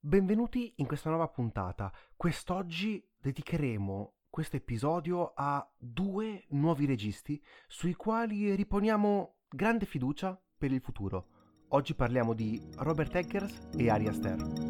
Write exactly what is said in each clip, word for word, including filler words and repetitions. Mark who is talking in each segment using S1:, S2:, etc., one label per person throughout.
S1: Benvenuti in questa nuova puntata. Quest'oggi dedicheremo questo episodio a due nuovi registi sui quali riponiamo grande fiducia per il futuro. Oggi parliamo di Robert Eggers e Ari Aster.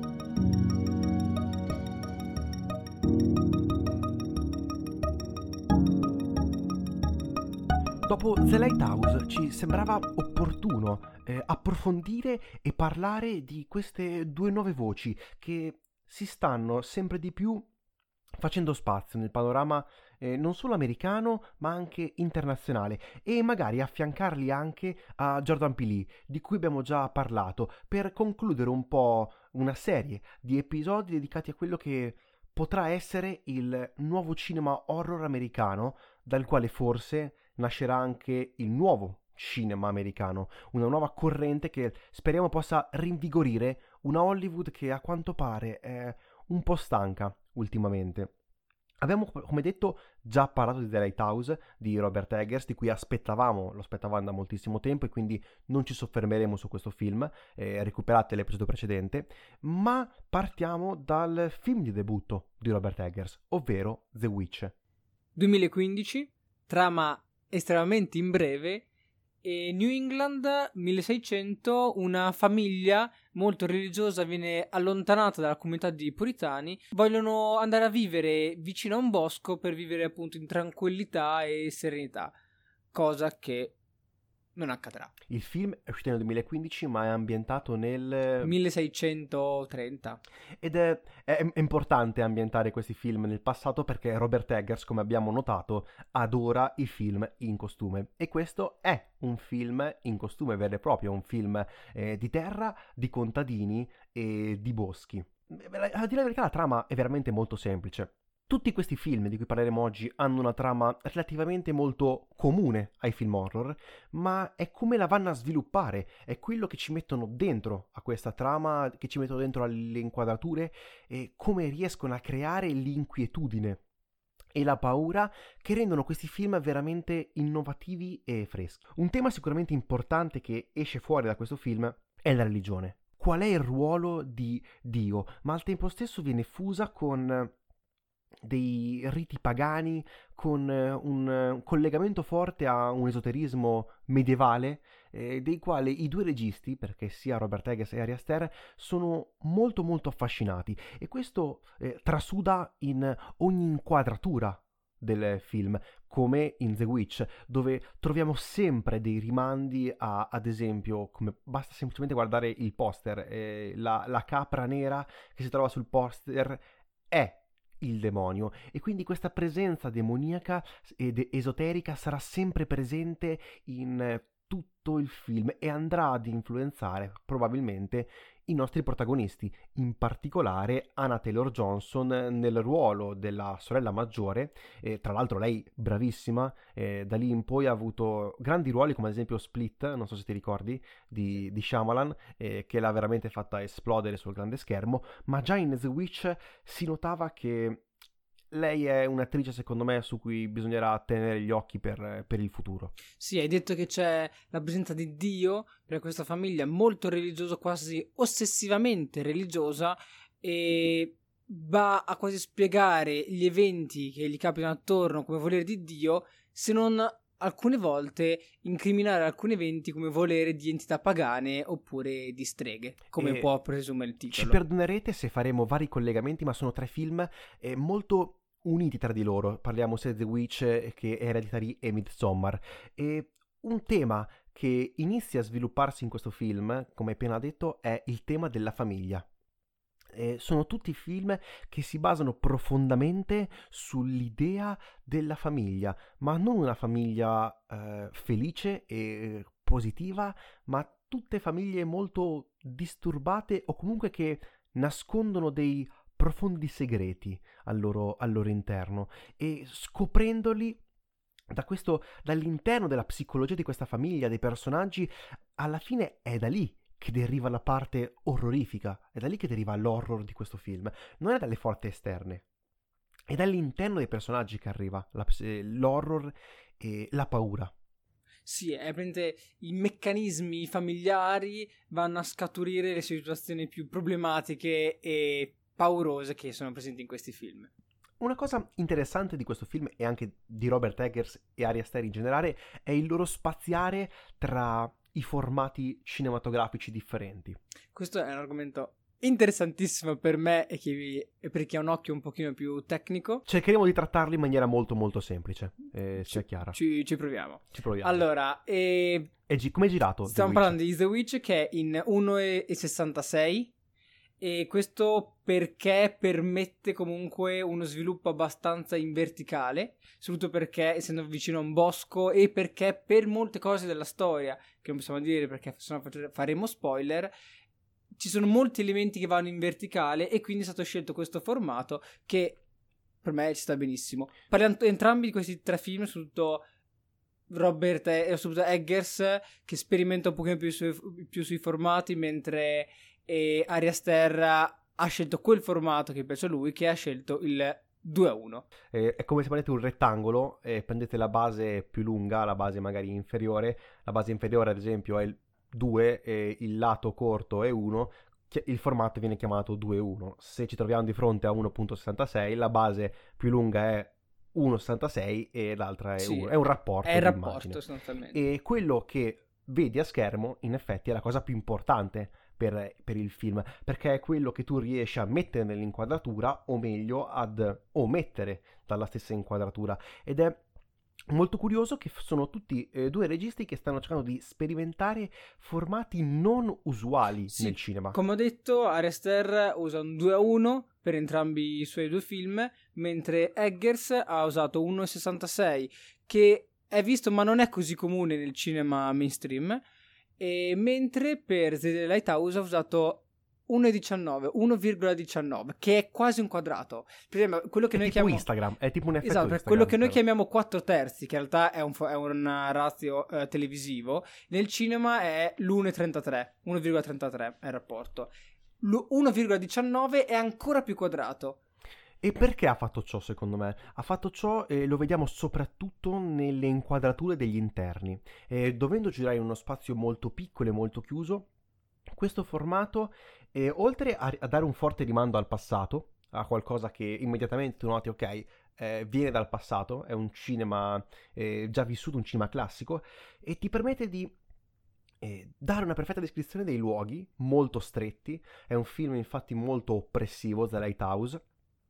S1: Dopo The Lighthouse ci sembrava opportuno eh, approfondire e parlare di queste due nuove voci che si stanno sempre di più facendo spazio nel panorama eh, non solo americano ma anche internazionale, e magari affiancarli anche a Jordan Peele, di cui abbiamo già parlato, per concludere un po' una serie di episodi dedicati a quello che potrà essere il nuovo cinema horror americano, dal quale forse nascerà anche il nuovo cinema americano, una nuova corrente che speriamo possa rinvigorire una Hollywood che a quanto pare è un po' stanca ultimamente. Abbiamo, come detto, già parlato di The Lighthouse di Robert Eggers, di cui aspettavamo, lo aspettavamo da moltissimo tempo, e quindi non ci soffermeremo su questo film, eh, recuperate l'episodio precedente, ma partiamo dal film di debutto di Robert Eggers, ovvero The Witch.
S2: duemilaquindici, trama estremamente in breve, e New England milleseicento, una famiglia molto religiosa viene allontanata dalla comunità di puritani, vogliono andare a vivere vicino a un bosco per vivere appunto in tranquillità e serenità, cosa che non accadrà.
S1: Il film è uscito nel duemilaquindici, ma è ambientato nel
S2: milleseicentotrenta.
S1: Ed è, è, è importante ambientare questi film nel passato, perché Robert Eggers, come abbiamo notato, adora i film in costume. E questo è un film in costume vero e proprio, un film eh, di terra, di contadini e di boschi. A dire la verità, la trama è veramente molto semplice. Tutti questi film di cui parleremo oggi hanno una trama relativamente molto comune ai film horror, ma è come la vanno a sviluppare, è quello che ci mettono dentro a questa trama, che ci mettono dentro alle inquadrature, e come riescono a creare l'inquietudine e la paura che rendono questi film veramente innovativi e freschi. Un tema sicuramente importante che esce fuori da questo film è la religione. Qual è il ruolo di Dio? Ma al tempo stesso viene fusa con dei riti pagani, con un, un collegamento forte a un esoterismo medievale, eh, dei quali i due registi, perché sia Robert Eggers e Ari Aster, sono molto molto affascinati, e questo eh, trasuda in ogni inquadratura del film, come in The Witch, dove troviamo sempre dei rimandi a, ad esempio, come basta semplicemente guardare il poster, eh, la, la capra nera che si trova sul poster è il demonio, e quindi questa presenza demoniaca ed esoterica sarà sempre presente in tutto il film e andrà ad influenzare probabilmente i nostri protagonisti, in particolare Anna Taylor-Johnson nel ruolo della sorella maggiore, e tra l'altro lei bravissima, eh, da lì in poi ha avuto grandi ruoli come ad esempio Split, non so se ti ricordi, di, di Shyamalan, eh, che l'ha veramente fatta esplodere sul grande schermo, ma già in The Witch si notava che lei è un'attrice, secondo me, su cui bisognerà tenere gli occhi per, per il futuro.
S2: Sì, hai detto che c'è la presenza di Dio per questa famiglia molto religiosa, quasi ossessivamente religiosa, e va a quasi spiegare gli eventi che gli capitano attorno come volere di Dio, se non alcune volte incriminare alcuni eventi come volere di entità pagane oppure di streghe, come
S1: e
S2: può presumere il titolo.
S1: Ci perdonerete se faremo vari collegamenti, ma sono tre film eh, molto uniti tra di loro. Parliamo sia di The Witch che Hereditary e Midsommar, e un tema che inizia a svilupparsi in questo film, come appena detto, è il tema della famiglia. Eh, sono tutti film che si basano profondamente sull'idea della famiglia, ma non una famiglia eh, felice e positiva, ma tutte famiglie molto disturbate, o comunque che nascondono dei profondi segreti al loro, al loro interno, e scoprendoli da questo, dall'interno della psicologia di questa famiglia, dei personaggi, alla fine è da lì che deriva la parte orrorifica, è da lì che deriva l'horror di questo film, non è dalle forze esterne, è dall'interno dei personaggi che arriva la, l'horror e la paura.
S2: Sì, è praticamente i meccanismi familiari vanno a scaturire le situazioni più problematiche e paurose che sono presenti in questi film.
S1: Una cosa interessante di questo film e anche di Robert Eggers e Ari Aster in generale è il loro spaziare tra i formati cinematografici differenti.
S2: Questo è un argomento interessantissimo per me e, chi, e per chi ha un occhio un pochino più tecnico.
S1: Cercheremo di trattarli in maniera molto molto semplice, eh,
S2: ci,
S1: sia chiara.
S2: Ci, ci proviamo.
S1: Ci proviamo.
S2: Allora, e...
S1: e gi- come è girato?
S2: Stiamo parlando di The Witch, che è in uno virgola sessantasei, e questo perché permette comunque uno sviluppo abbastanza in verticale, soprattutto perché essendo vicino a un bosco e perché per molte cose della storia, che non possiamo dire perché sennò faremo spoiler, ci sono molti elementi che vanno in verticale e quindi è stato scelto questo formato che per me ci sta benissimo. Parliamo entrambi di questi tre film, soprattutto Robert e soprattutto Eggers, che sperimenta un pochino più, su, più sui formati, mentre e Ari Aster ha scelto quel formato che piace a lui, che ha scelto il due a uno.
S1: Eh, è come se prendete un rettangolo e prendete la base più lunga, la base magari inferiore. La base inferiore ad esempio è il due e il lato corto è uno. Il formato viene chiamato due uno. Se ci troviamo di fronte a uno virgola sessantasei, la base più lunga è uno virgola sessantasei e l'altra è
S2: Sì,
S1: uno. È un rapporto.
S2: È il rapporto sostanzialmente.
S1: E quello che vedi a schermo in effetti è la cosa più importante per, per il film, perché è quello che tu riesci a mettere nell'inquadratura o meglio ad omettere dalla stessa inquadratura, ed è molto curioso che sono tutti eh, due registi che stanno cercando di sperimentare formati non usuali
S2: sì,
S1: nel cinema.
S2: Come ho detto, Ari Aster usa un due a uno per entrambi i suoi due film, mentre Eggers ha usato uno virgola sessantasei, che è visto ma non è così comune nel cinema mainstream, e mentre per The Lighthouse ha usato uno virgola diciannove, che è quasi un quadrato. Per esempio, quello che
S1: è
S2: noi
S1: tipo
S2: chiamiamo
S1: Instagram, è tipo un effetto
S2: esatto, per
S1: Instagram,
S2: quello che noi
S1: però.
S2: chiamiamo quattro terzi, che in realtà è un, è un ratio eh, televisivo, nel cinema è l'uno virgola trentatré, uno virgola trentatré è il rapporto. uno virgola diciannove è ancora più quadrato.
S1: E perché ha fatto ciò, secondo me? Ha fatto ciò, e lo vediamo soprattutto nelle inquadrature degli interni. E dovendo girare in uno spazio molto piccolo e molto chiuso, questo formato, eh, oltre a, a dare un forte rimando al passato, a qualcosa che immediatamente tu noti, ok, eh, viene dal passato, è un cinema eh, già vissuto, un cinema classico, e ti permette di eh, dare una perfetta descrizione dei luoghi, molto stretti. È un film infatti molto oppressivo, The Lighthouse,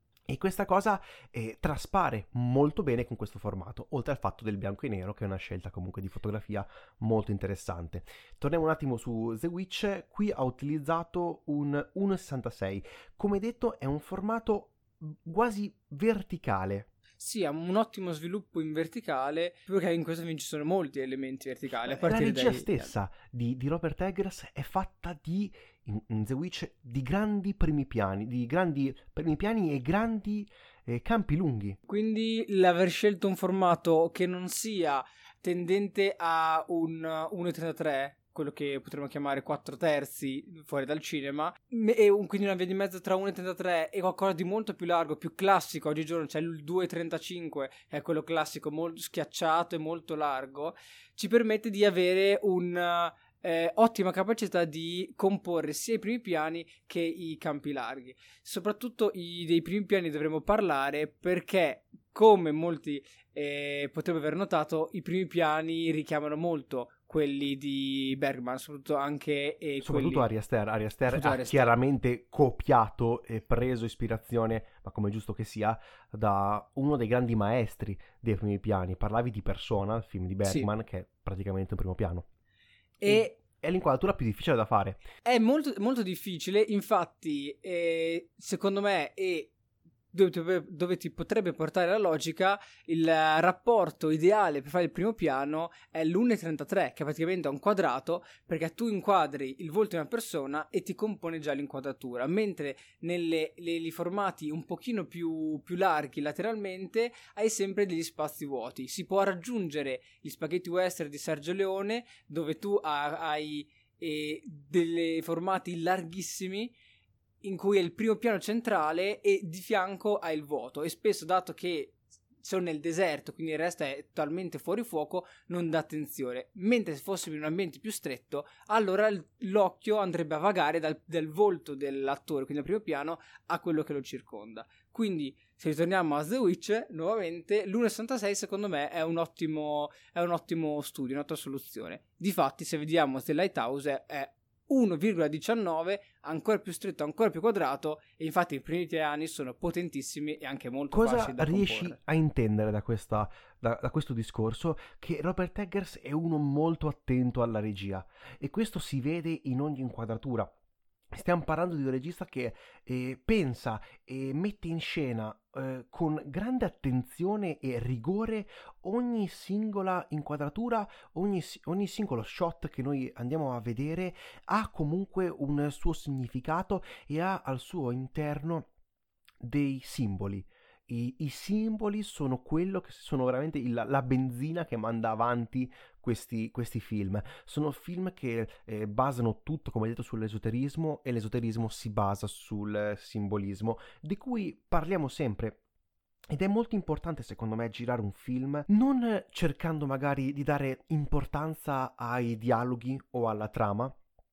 S1: e questa cosa eh, traspare molto bene con questo formato, oltre al fatto del bianco e nero, che è una scelta comunque di fotografia molto interessante. Torniamo un attimo su The Witch. Qui ha utilizzato un uno virgola sessantasei. Come detto, è un formato quasi verticale.
S2: Sì, ha un ottimo sviluppo in verticale, perché in questo film ci sono molti elementi verticali. A
S1: La regia
S2: dai...
S1: stessa di, di Robert Eggers è fatta di, in, in The Witch, di grandi primi piani, di grandi primi piani e grandi eh, campi lunghi.
S2: Quindi l'aver scelto un formato che non sia tendente a un uno virgola trentatré, quello che potremmo chiamare quattro terzi fuori dal cinema, e un, quindi una via di mezzo tra uno virgola trentatré e qualcosa di molto più largo, più classico. Oggigiorno c'è il due virgola trentacinque, che è quello classico, molto schiacciato e molto largo, ci permette di avere un eh, ottima capacità di comporre sia i primi piani che i campi larghi. Soprattutto i, dei primi piani dovremo parlare, perché come molti eh, potrebbero aver notato, i primi piani richiamano molto quelli di Bergman, soprattutto anche eh,
S1: soprattutto
S2: quelli...
S1: Ari Aster. Ari Aster ha
S2: Ari Aster.
S1: chiaramente copiato e preso ispirazione, ma come è giusto che sia, da uno dei grandi maestri dei primi piani. Parlavi di Persona, il film di Bergman, sì, che è praticamente un primo piano.
S2: E...
S1: e... è l'inquadratura più difficile da fare.
S2: È molto, molto difficile, infatti, eh, secondo me, e dove, dove ti potrebbe portare la logica, il rapporto ideale per fare il primo piano è l'uno virgola trentatré, che praticamente è un quadrato, perché tu inquadri il volto di una persona e ti compone già l'inquadratura, mentre nelle, nei formati un pochino più, più larghi lateralmente hai sempre degli spazi vuoti. Si può raggiungere gli spaghetti western di Sergio Leone, dove tu hai eh, dei formati larghissimi in cui è il primo piano centrale e di fianco hai il vuoto, e spesso, dato che sono nel deserto, quindi il resto è totalmente fuori fuoco, non dà attenzione. Mentre se fossimo in un ambiente più stretto, allora l'occhio andrebbe a vagare dal, dal volto dell'attore, quindi al primo piano, a quello che lo circonda. Quindi, se ritorniamo a The Witch, nuovamente, l'uno virgola sessantasei secondo me è un ottimo, è un ottimo studio, un'ottima soluzione. Difatti, se vediamo The Lighthouse è uno virgola diciannove, ancora più stretto, ancora più quadrato, e infatti i primi tre anni sono potentissimi e anche molto
S1: Cosa
S2: facili da
S1: riesci
S2: comporre.
S1: a intendere da, questa, da, da questo discorso? Che Robert Eggers è uno molto attento alla regia, e questo si vede in ogni inquadratura. Stiamo parlando di un regista che eh, pensa e mette in scena eh, con grande attenzione e rigore ogni singola inquadratura, ogni, ogni singolo shot che noi andiamo a vedere ha comunque un suo significato e ha al suo interno dei simboli. I, i simboli sono quello che sono veramente il, la benzina che manda avanti questi, questi film. Sono film che eh, basano tutto, come detto, sull'esoterismo, e l'esoterismo si basa sul simbolismo, di cui parliamo sempre. Ed è molto importante, secondo me, girare un film non cercando magari di dare importanza ai dialoghi o alla trama,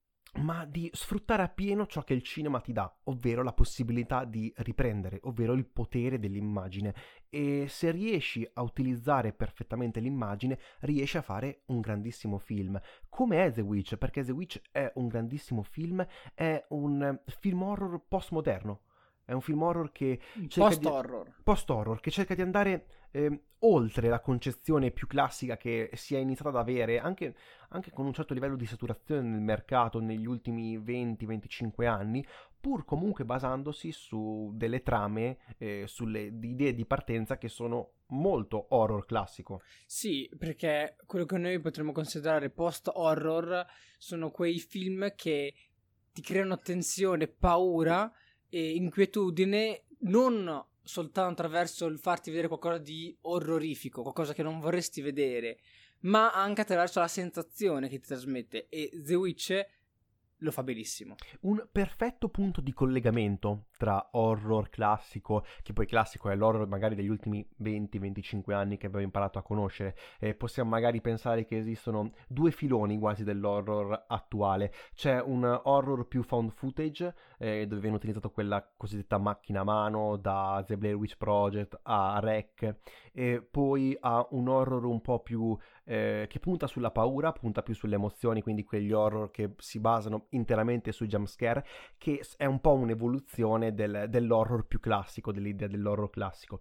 S1: ma di sfruttare appieno ciò che il cinema ti dà, ovvero la possibilità di riprendere, ovvero il potere dell'immagine. E se riesci a utilizzare perfettamente l'immagine, riesci a fare un grandissimo film. Come è The Witch? Perché The Witch è un grandissimo film, è un film horror postmoderno. È un film horror che cerca
S2: Post-horror.
S1: di... Post-horror, che cerca di andare eh, oltre la concezione più classica che si è iniziata ad avere, anche, anche con un certo livello di saturazione nel mercato negli ultimi venti venticinque anni, pur comunque basandosi su delle trame, eh, sulle idee di partenza che sono molto horror classico.
S2: Sì, perché quello che noi potremmo considerare post-horror sono quei film che ti creano tensione, paura e inquietudine, non soltanto attraverso il farti vedere qualcosa di orrorifico, qualcosa che non vorresti vedere, ma anche attraverso la sensazione che ti trasmette, e The Witch lo fa benissimo.
S1: Un perfetto punto di collegamento tra horror classico, che poi classico è l'horror magari degli ultimi venti venticinque anni che abbiamo imparato a conoscere. Eh, possiamo magari pensare che esistono due filoni quasi dell'horror attuale. C'è un horror più found footage, eh, dove viene utilizzato quella cosiddetta macchina a mano, da The Blair Witch Project a Rec, e poi ha un horror un po' più eh, che punta sulla paura, punta più sulle emozioni, quindi quegli horror che si basano interamente sui jumpscare, che è un po' un'evoluzione del, dell'horror più classico, dell'idea dell'horror classico.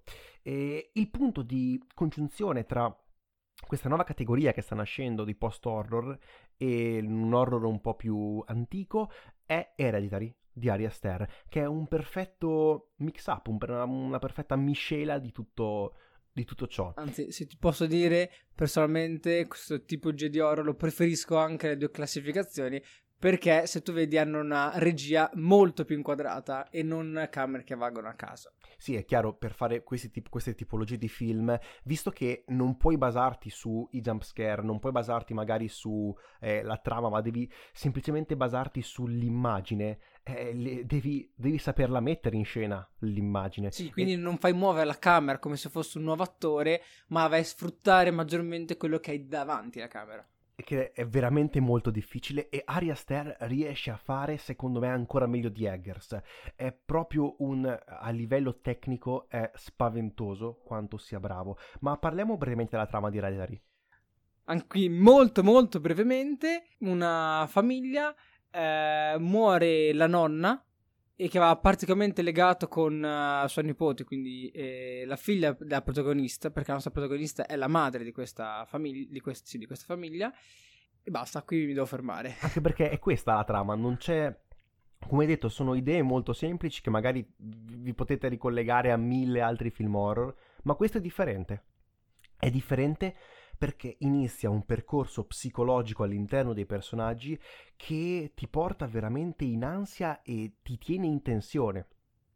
S1: E il punto di congiunzione tra questa nuova categoria che sta nascendo di post-horror e un horror un po' più antico è Hereditary di Ari Aster, che è un perfetto mix-up, un, una perfetta miscela di tutto, di tutto ciò.
S2: Anzi, se ti posso dire, personalmente questo tipo di horror lo preferisco anche alle due classificazioni, perché se tu vedi hanno una regia molto più inquadrata e non camere che vagano a caso.
S1: Sì, è chiaro, per fare questi tip- queste tipologie di film, visto che non puoi basarti sui jumpscare, non puoi basarti magari su eh, la trama, ma devi semplicemente basarti sull'immagine, eh, le, devi, devi saperla mettere in scena l'immagine.
S2: Sì, quindi
S1: e...
S2: non fai muovere la camera come se fosse un nuovo attore, ma vai a sfruttare maggiormente quello che hai davanti alla camera.
S1: Che è veramente molto difficile, e Ari Aster riesce a fare, secondo me, ancora meglio di Eggers. È proprio un, a livello tecnico è spaventoso quanto sia bravo. Ma parliamo brevemente della trama di Hereditary.
S2: Anche qui molto molto brevemente, una famiglia, eh, muore la nonna, e che va praticamente legato con uh, sua nipote, quindi eh, la figlia della protagonista, perché la nostra protagonista è la madre di questa famiglia, di, quest- sì, di questa famiglia, e basta, qui mi devo fermare.
S1: Anche perché è questa la trama, non c'è... Come detto, sono idee molto semplici che magari vi potete ricollegare a mille altri film horror, ma questo è differente. È differente perché inizia un percorso psicologico all'interno dei personaggi che ti porta veramente in ansia e ti tiene in tensione.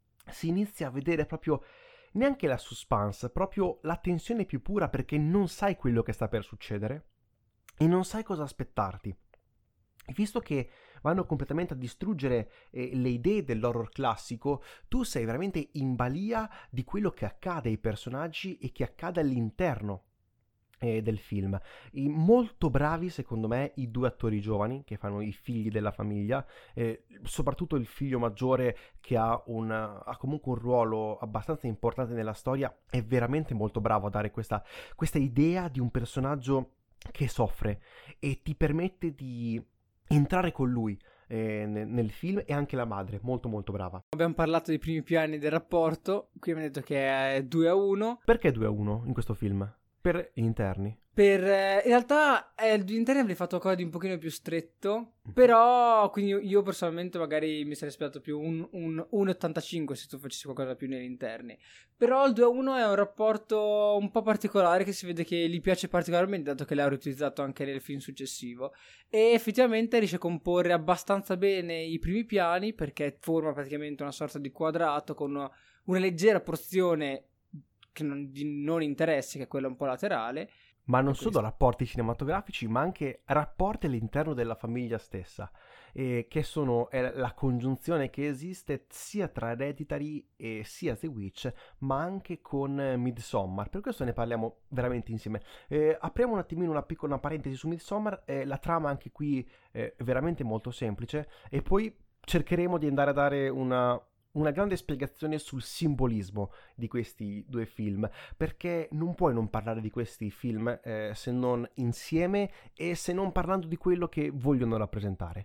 S1: Si inizia a vedere proprio neanche la suspense, proprio la tensione più pura, perché non sai quello che sta per succedere e non sai cosa aspettarti. E visto che vanno completamente a distruggere eh, le idee dell'horror classico, tu sei veramente in balia di quello che accade ai personaggi e che accade all'interno eh, del film. I, molto bravi secondo me i due attori giovani che fanno i figli della famiglia, eh, soprattutto il figlio maggiore che ha, un, ha comunque un ruolo abbastanza importante nella storia, è veramente molto bravo a dare questa, questa idea di un personaggio che soffre e ti permette di entrare con lui eh, nel, nel film, e anche la madre, molto molto brava.
S2: Abbiamo parlato dei primi piani del rapporto, qui abbiamo detto che è due a uno.
S1: Perché due a uno in questo film? Per gli interni.
S2: Per, eh, in realtà eh, gli interni avrei fatto qualcosa di un pochino più stretto, però quindi io, io personalmente magari mi sarei aspettato più un, un uno virgola ottantacinque se tu facessi qualcosa più negli interni. Però il due a uno è un rapporto un po' particolare che si vede che gli piace particolarmente, dato che l'ha riutilizzato anche nel film successivo, e effettivamente riesce a comporre abbastanza bene i primi piani, perché forma praticamente una sorta di quadrato con una, una leggera porzione che non, di non interesse, che è quella un po' laterale.
S1: Ma non solo rapporti cinematografici, ma anche rapporti all'interno della famiglia stessa, eh, che sono è la congiunzione che esiste sia tra Hereditary e sia The Witch, ma anche con eh, Midsommar. Per questo ne parliamo veramente insieme. Eh, apriamo un attimino una piccola parentesi su Midsommar. Eh, la trama anche qui è veramente molto semplice, e poi cercheremo di andare a dare una... una grande spiegazione sul simbolismo di questi due film, perché non puoi non parlare di questi film eh, se non insieme e se non parlando di quello che vogliono rappresentare.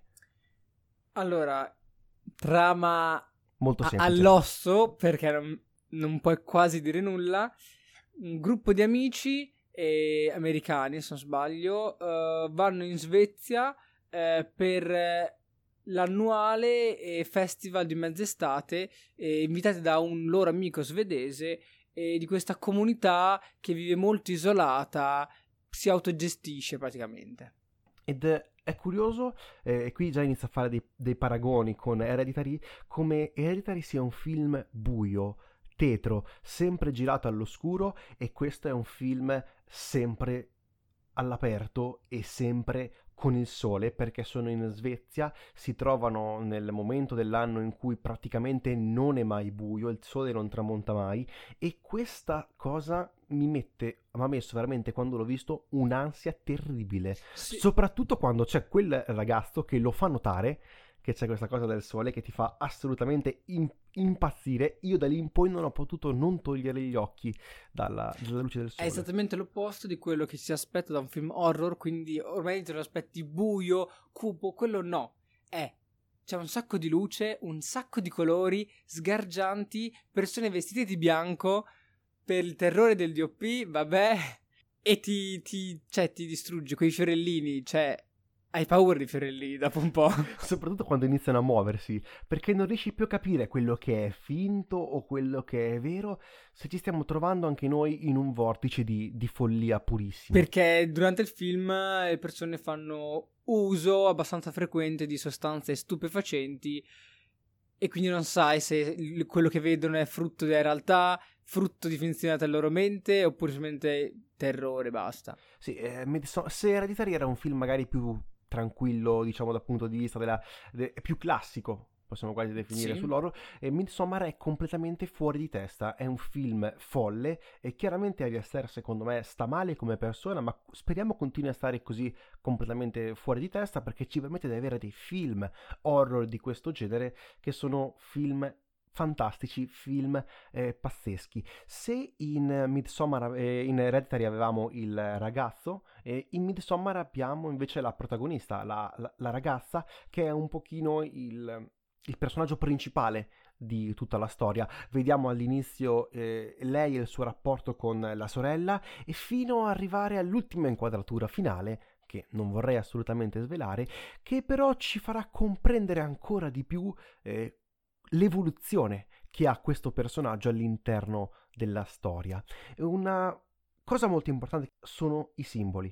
S2: Allora, trama
S1: molto semplice,
S2: a- all'osso, perché non, non puoi quasi dire nulla. Un gruppo di amici eh, americani, se non sbaglio, eh, vanno in Svezia eh, per... Eh, l'annuale eh, festival di mezz'estate, eh, invitati da un loro amico svedese, eh, di questa comunità che vive molto isolata, si autogestisce praticamente.
S1: Ed è curioso, e eh, qui già inizia a fare dei, dei paragoni con Hereditary, come Hereditary sia un film buio, tetro, sempre girato all'oscuro, e questo è un film sempre all'aperto e sempre con il sole, perché sono in Svezia, si trovano nel momento dell'anno in cui praticamente non è mai buio, il sole non tramonta mai, e questa cosa mi mette, mi ha messo veramente, quando l'ho visto, un'ansia terribile, sì. Soprattutto quando c'è quel ragazzo che lo fa notare che c'è questa cosa del sole che ti fa assolutamente in- impazzire. Io da lì in poi non ho potuto non togliere gli occhi dalla, dalla luce del sole.
S2: È esattamente l'opposto di quello che si aspetta da un film horror, quindi ormai te lo aspetti buio, cupo, quello no. È, c'è un sacco di luce, un sacco di colori sgargianti, persone vestite di bianco, per il terrore del D O P, vabbè, e ti, ti, cioè, ti distrugge quei fiorellini, cioè... Hai paura di fiorellini dopo un po'.
S1: Soprattutto quando iniziano a muoversi, perché non riesci più a capire quello che è finto o quello che è vero, se ci stiamo trovando anche noi in un vortice di, di follia purissima.
S2: Perché durante il film le persone fanno uso abbastanza frequente di sostanze stupefacenti e quindi non sai se quello che vedono è frutto della realtà, frutto di finzione della loro mente, oppure semplicemente terrore, basta.
S1: Sì, eh, se Hereditary era un film magari più tranquillo, diciamo, dal punto di vista della de, più classico, possiamo quasi definire, sì, sull'horror, e Midsommar è completamente fuori di testa, è un film folle, e chiaramente Ari Aster secondo me sta male come persona, ma speriamo continui a stare così completamente fuori di testa, perché ci permette di avere dei film horror di questo genere che sono film fantastici, film eh, pazzeschi. Se in Midsommar, eh, in Hereditary avevamo il ragazzo, eh, in Midsommar abbiamo invece la protagonista, la, la, la ragazza, che è un pochino il, il personaggio principale di tutta la storia. Vediamo all'inizio eh, lei e il suo rapporto con la sorella, e fino ad arrivare all'ultima inquadratura finale, che non vorrei assolutamente svelare, che però ci farà comprendere ancora di più eh, l'evoluzione che ha questo personaggio all'interno della storia. Una cosa molto importante sono i simboli.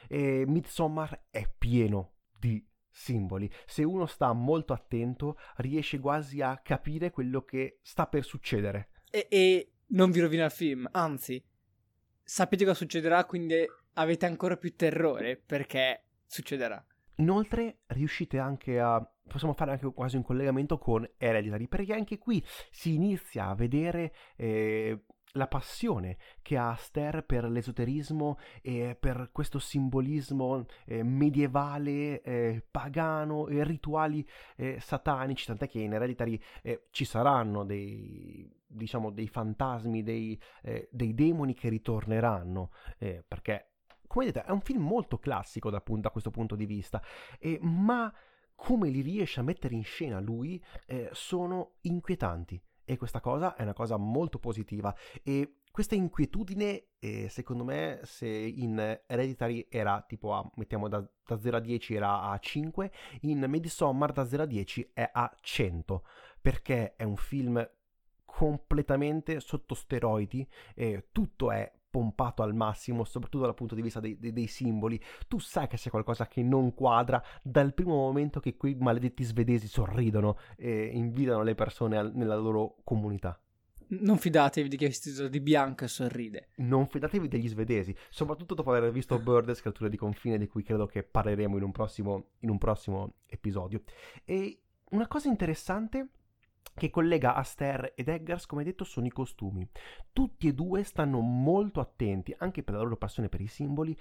S1: E Midsommar è pieno di simboli. Se uno sta molto attento, riesce quasi a capire quello che sta per succedere.
S2: E, e non vi rovina il film, anzi, sapete cosa succederà, quindi avete ancora più terrore, perché succederà.
S1: Inoltre riuscite anche a, possiamo fare anche quasi un collegamento con Hereditary, perché anche qui si inizia a vedere eh, la passione che ha Astaire per l'esoterismo e per questo simbolismo eh, medievale, eh, pagano e rituali eh, satanici, tant'è che in Hereditary eh, ci saranno dei, diciamo, dei fantasmi, dei, eh, dei demoni che ritorneranno, eh, perché come vedete è un film molto classico da, da questo punto di vista, eh, ma come li riesce a mettere in scena lui eh, sono inquietanti, e questa cosa è una cosa molto positiva. E questa inquietudine eh, secondo me, se in Hereditary era tipo a, mettiamo da, da zero a dieci era a cinque, in Midsommar da zero a dieci è a cento, perché è un film completamente sotto steroidi, eh, tutto è pompato al massimo, soprattutto dal punto di vista dei, dei, dei simboli. Tu sai che c'è qualcosa che non quadra dal primo momento che quei maledetti svedesi sorridono e invitano le persone al, nella loro comunità.
S2: Non fidatevi di chi è vestito di bianco e sorride.
S1: Non fidatevi degli svedesi, soprattutto dopo aver visto Birds, Creature di confine, di cui credo che parleremo in un prossimo, in un prossimo episodio. E una cosa interessante che collega Astaire ed Eggers, come detto, sono i costumi. Tutti e due stanno molto attenti, anche per la loro passione per i simboli,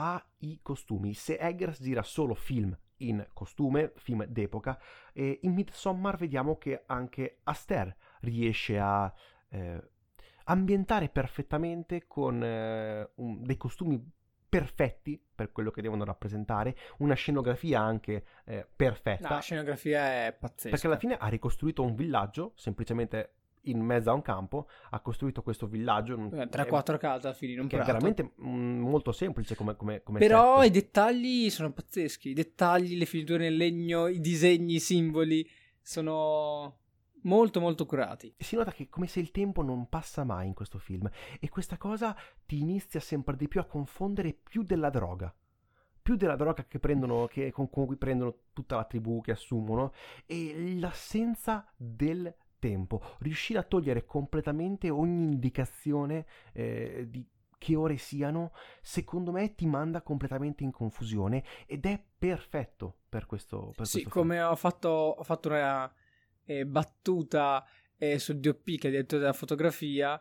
S1: ai costumi. Se Eggers gira solo film in costume, film d'epoca, e in Midsommar vediamo che anche Astaire riesce a eh, ambientare perfettamente con eh, un, dei costumi perfetti per quello che devono rappresentare, una scenografia anche eh, perfetta.
S2: No, la scenografia è pazzesca.
S1: Perché alla fine ha ricostruito un villaggio, semplicemente in mezzo a un campo, ha costruito questo villaggio.
S2: tre quattro case alla fine, in un
S1: che
S2: prato.
S1: È veramente mh, molto semplice come, come, come
S2: Però
S1: set.
S2: I dettagli sono pazzeschi, i dettagli, le finiture nel legno, i disegni, i simboli, sono molto molto curati.
S1: Si nota che come se il tempo non passa mai in questo film, e questa cosa ti inizia sempre di più a confondere più della droga più della droga che prendono, che, con, con cui prendono tutta la tribù, che assumono, e l'assenza del tempo, riuscire a togliere completamente ogni indicazione eh, di che ore siano, secondo me ti manda completamente in confusione, ed è perfetto per questo, per
S2: sì,
S1: questo
S2: come
S1: film.
S2: ho fatto, ho fatto una eh, battuta eh, sul D O P, che è direttore della fotografia,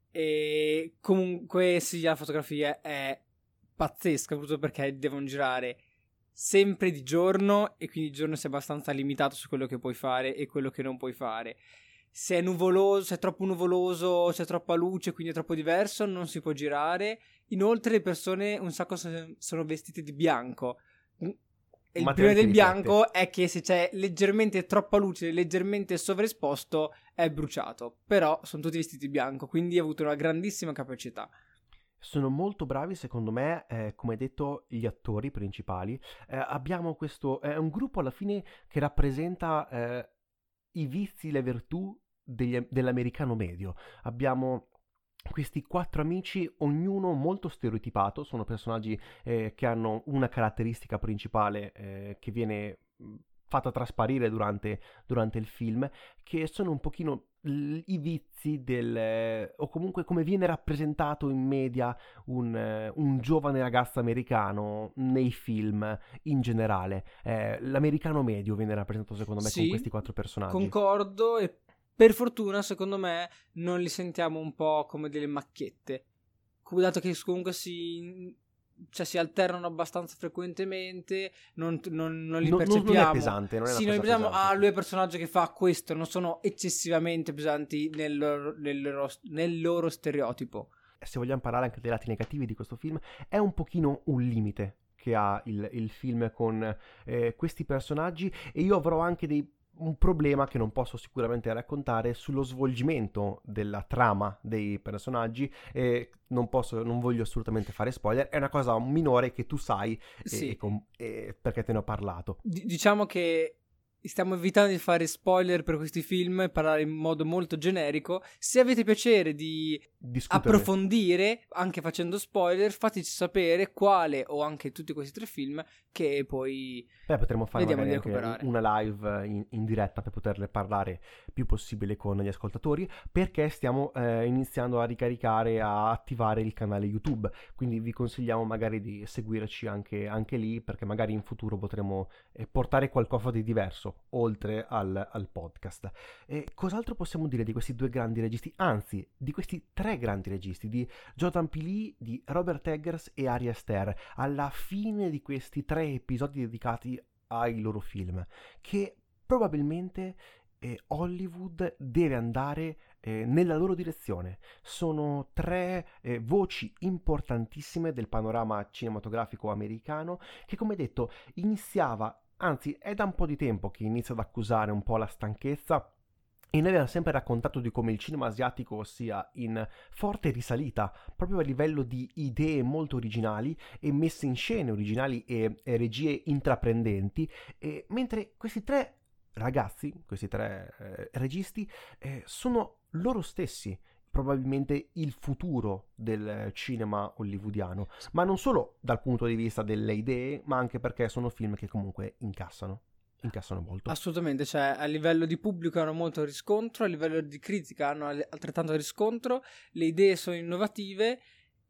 S2: e comunque sì, la fotografia è pazzesca, proprio perché devono girare sempre di giorno, e quindi il giorno sei abbastanza limitato su quello che puoi fare e quello che non puoi fare. Se è nuvoloso, se è troppo nuvoloso, c'è troppa luce, quindi è troppo diverso, non si può girare. Inoltre le persone un sacco sono vestite di bianco. E il problema del bianco è che se c'è leggermente troppa luce, leggermente sovraesposto, è bruciato. Però sono tutti vestiti di bianco, quindi ha avuto una grandissima capacità.
S1: Sono molto bravi, secondo me, eh, come detto, gli attori principali. Eh, abbiamo questo, è un gruppo alla fine che rappresenta eh, i vizi, le virtù degli, dell'americano medio. Abbiamo questi quattro amici, ognuno molto stereotipato, sono personaggi eh, che hanno una caratteristica principale eh, che viene fatta trasparire durante, durante il film, che sono un pochino i vizi del, o comunque come viene rappresentato in media un, un giovane ragazzo americano nei film in generale. Eh, l'americano medio viene rappresentato secondo me sì, con questi quattro personaggi.
S2: Concordo, e per fortuna secondo me non li sentiamo un po' come delle macchiette, dato che comunque si... cioè si alternano abbastanza frequentemente, non, non, non li
S1: non,
S2: percepiamo.
S1: Non è pesante, non è
S2: sì,
S1: una
S2: noi
S1: cosa
S2: pensiamo,
S1: pesante.
S2: ah, lui è il personaggio che fa questo, non sono eccessivamente pesanti nel loro, nel loro, nel loro stereotipo.
S1: Se vogliamo parlare anche dei lati negativi di questo film, è un pochino un limite che ha il, il film con eh, questi personaggi, e io avrò anche dei un problema che non posso sicuramente raccontare sullo svolgimento della trama dei personaggi, e non posso, non voglio assolutamente fare spoiler, è una cosa minore che tu sai sì. e, e, perché te ne ho parlato.
S2: D- diciamo che stiamo evitando di fare spoiler per questi film e parlare in modo molto generico. Se avete piacere di
S1: Discutere.
S2: approfondire, anche facendo spoiler, fateci sapere quale o anche tutti questi tre film, che poi
S1: Beh, potremmo fare
S2: vediamo
S1: magari
S2: di
S1: anche
S2: recuperare.
S1: una live in, in diretta per poterle parlare più possibile con gli ascoltatori, perché stiamo eh, iniziando a ricaricare, a attivare il canale YouTube, quindi vi consigliamo magari di seguirci anche, anche lì, perché magari in futuro potremo eh, portare qualcosa di diverso oltre al, al podcast. E cos'altro possiamo dire di questi due grandi registi, anzi di questi tre grandi registi, di Jordan Peele, di Robert Eggers e Ari Aster, alla fine di questi tre episodi dedicati ai loro film, che probabilmente eh, Hollywood deve andare eh, nella loro direzione. Sono tre eh, voci importantissime del panorama cinematografico americano che, come detto, iniziava, anzi è da un po' di tempo che inizia ad accusare un po' la stanchezza, e noi abbiamo sempre raccontato di come il cinema asiatico sia in forte risalita, proprio a livello di idee molto originali e messe in scene originali e, e regie intraprendenti, e mentre questi tre ragazzi, questi tre eh, registi, eh, sono loro stessi probabilmente il futuro del cinema hollywoodiano, ma non solo dal punto di vista delle idee, ma anche perché sono film che comunque incassano. incassano molto.
S2: Assolutamente, cioè a livello di pubblico hanno molto riscontro, a livello di critica hanno altrettanto riscontro, le idee sono innovative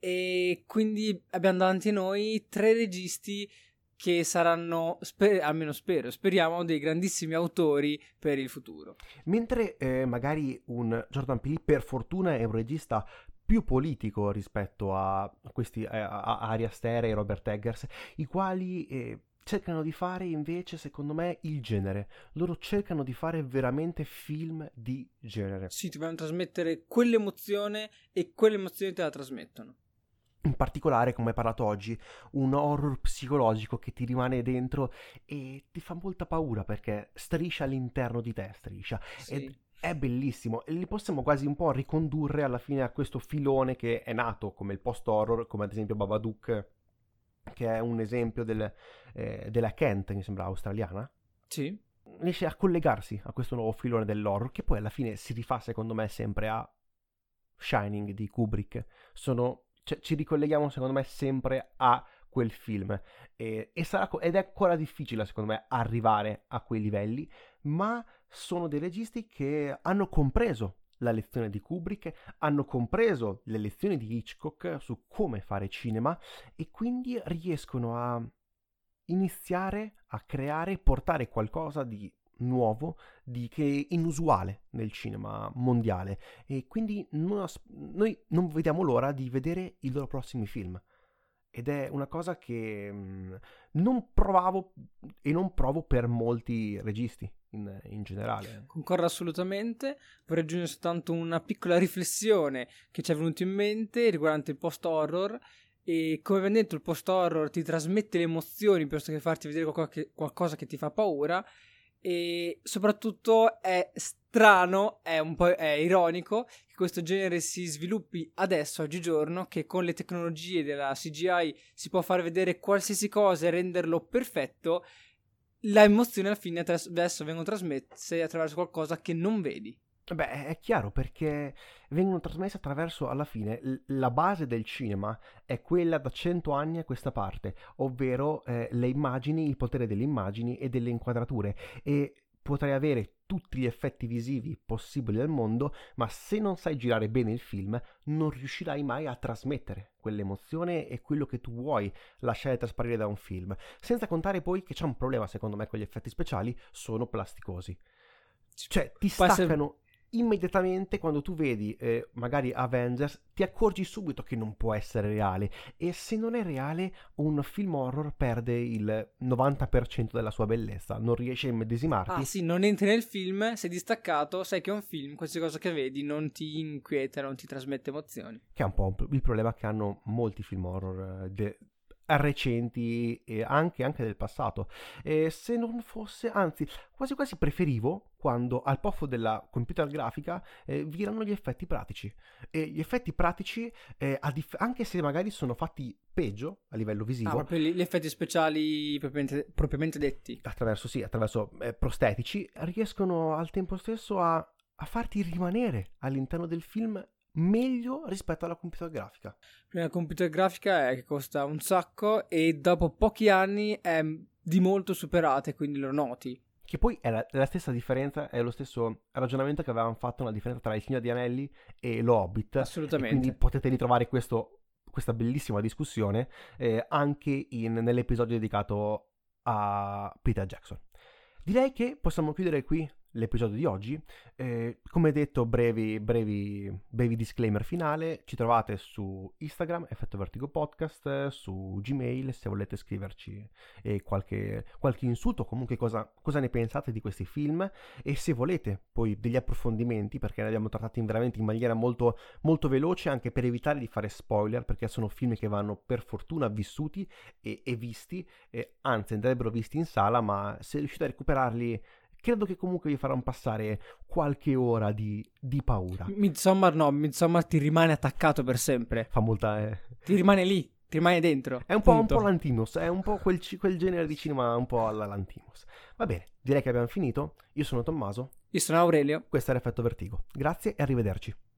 S2: e quindi abbiamo davanti a noi tre registi che saranno, sper- almeno spero, speriamo, dei grandissimi autori per il futuro.
S1: Mentre eh, magari un Jordan Peele, per fortuna, è un regista più politico rispetto a questi a, a Ari Aster e Robert Eggers, i quali eh, cercano di fare invece, secondo me, il genere. Loro cercano di fare veramente film di genere.
S2: Sì, ti vogliono trasmettere quell'emozione e quell'emozione te la trasmettono.
S1: In particolare, come hai parlato oggi, un horror psicologico che ti rimane dentro e ti fa molta paura perché striscia all'interno di te, striscia.
S2: Sì.
S1: Ed è bellissimo. E li possiamo quasi un po' ricondurre alla fine a questo filone che è nato come il post-horror, come ad esempio Babadook, che è un esempio del, eh, della Kent, mi sembra australiana.
S2: Sì.
S1: Riesce a collegarsi a questo nuovo filone dell'horror, che poi alla fine si rifà, secondo me, sempre a Shining di Kubrick. Sono... Cioè, ci ricolleghiamo secondo me sempre a quel film e, e sarà, ed è ancora difficile secondo me arrivare a quei livelli, ma sono dei registi che hanno compreso la lezione di Kubrick, hanno compreso le lezioni di Hitchcock su come fare cinema e quindi riescono a iniziare a creare, portare qualcosa di nuovo, di che inusuale nel cinema mondiale, e quindi non as- noi non vediamo l'ora di vedere i loro prossimi film, ed è una cosa che mh, non provavo e non provo per molti registi in, in generale.
S2: Concordo assolutamente. Vorrei aggiungere soltanto una piccola riflessione che ci è venuta in mente riguardante il post-horror. E come abbiamo detto, il post-horror ti trasmette le emozioni piuttosto che farti vedere qualcosa che, qualcosa che ti fa paura. E soprattutto è strano, è un po' è ironico che questo genere si sviluppi adesso, oggigiorno, che con le tecnologie della C G I si può far vedere qualsiasi cosa e renderlo perfetto. Le emozioni alla fine adesso vengono trasmesse attraverso qualcosa che non vedi.
S1: Beh, è chiaro, perché vengono trasmesse attraverso, alla fine, l- la base del cinema è quella da cento anni a questa parte, ovvero eh, le immagini, il potere delle immagini e delle inquadrature, e potrai avere tutti gli effetti visivi possibili al mondo, ma se non sai girare bene il film non riuscirai mai a trasmettere quell'emozione e quello che tu vuoi lasciare trasparire da un film. Senza contare poi che c'è un problema, secondo me, con gli effetti speciali: sono plasticosi. Cioè, ti
S2: Può essere-
S1: staccano immediatamente quando tu vedi eh, magari Avengers, ti accorgi subito che non può essere reale, e se non è reale un film horror perde il novanta per cento della sua bellezza, non riesci a immedesimarti.
S2: Ah sì, non entri nel film, sei distaccato, sai che è un film, queste cose che vedi non ti inquieta, non ti trasmette emozioni.
S1: Che è un po' il problema che hanno molti film horror eh, de- recenti e anche, anche del passato. E se non fosse, anzi, quasi quasi preferivo quando al posto della computer grafica eh, virano gli effetti pratici. E gli effetti pratici, eh, a dif- anche se magari sono fatti peggio a livello visivo,
S2: Ah, proprio gli gli effetti speciali propriamente, propriamente detti.
S1: attraverso, sì, attraverso eh, prostetici, riescono al tempo stesso a, a farti rimanere all'interno del film meglio rispetto alla computer grafica.
S2: La computer grafica è che costa un sacco e dopo pochi anni è di molto superata e quindi lo noti.
S1: Che poi è la, è la stessa differenza, è lo stesso ragionamento che avevamo fatto, una differenza tra Il Signore degli Anelli e Lo Hobbit.
S2: Assolutamente.
S1: E quindi potete ritrovare questo, questa bellissima discussione eh, anche in, nell'episodio dedicato a Peter Jackson. Direi che possiamo chiudere qui l'episodio di oggi. Eh, come detto, brevi, brevi, brevi disclaimer finale. Ci trovate su Instagram, Effetto Vertigo Podcast, su Gmail, se volete scriverci eh, qualche, qualche insulto, comunque cosa, cosa ne pensate di questi film, e se volete poi degli approfondimenti, perché ne abbiamo trattati in veramente in maniera molto, molto veloce, anche per evitare di fare spoiler, perché sono film che vanno per fortuna vissuti e, e visti, eh, anzi andrebbero visti in sala, ma se riuscite a recuperarli credo che comunque vi faranno passare qualche ora di, di paura.
S2: Midsommar no, Midsommar ti rimane attaccato per sempre.
S1: Fa molta... Eh...
S2: Ti rimane lì, ti rimane dentro.
S1: È un po', un
S2: punto.
S1: po' Lanthimos, è un po' quel, quel genere di cinema un po' alla Lanthimos. Va bene, direi che abbiamo finito. Io sono Tommaso.
S2: Io sono Aurelio.
S1: Questo era Effetto Vertigo. Grazie e arrivederci.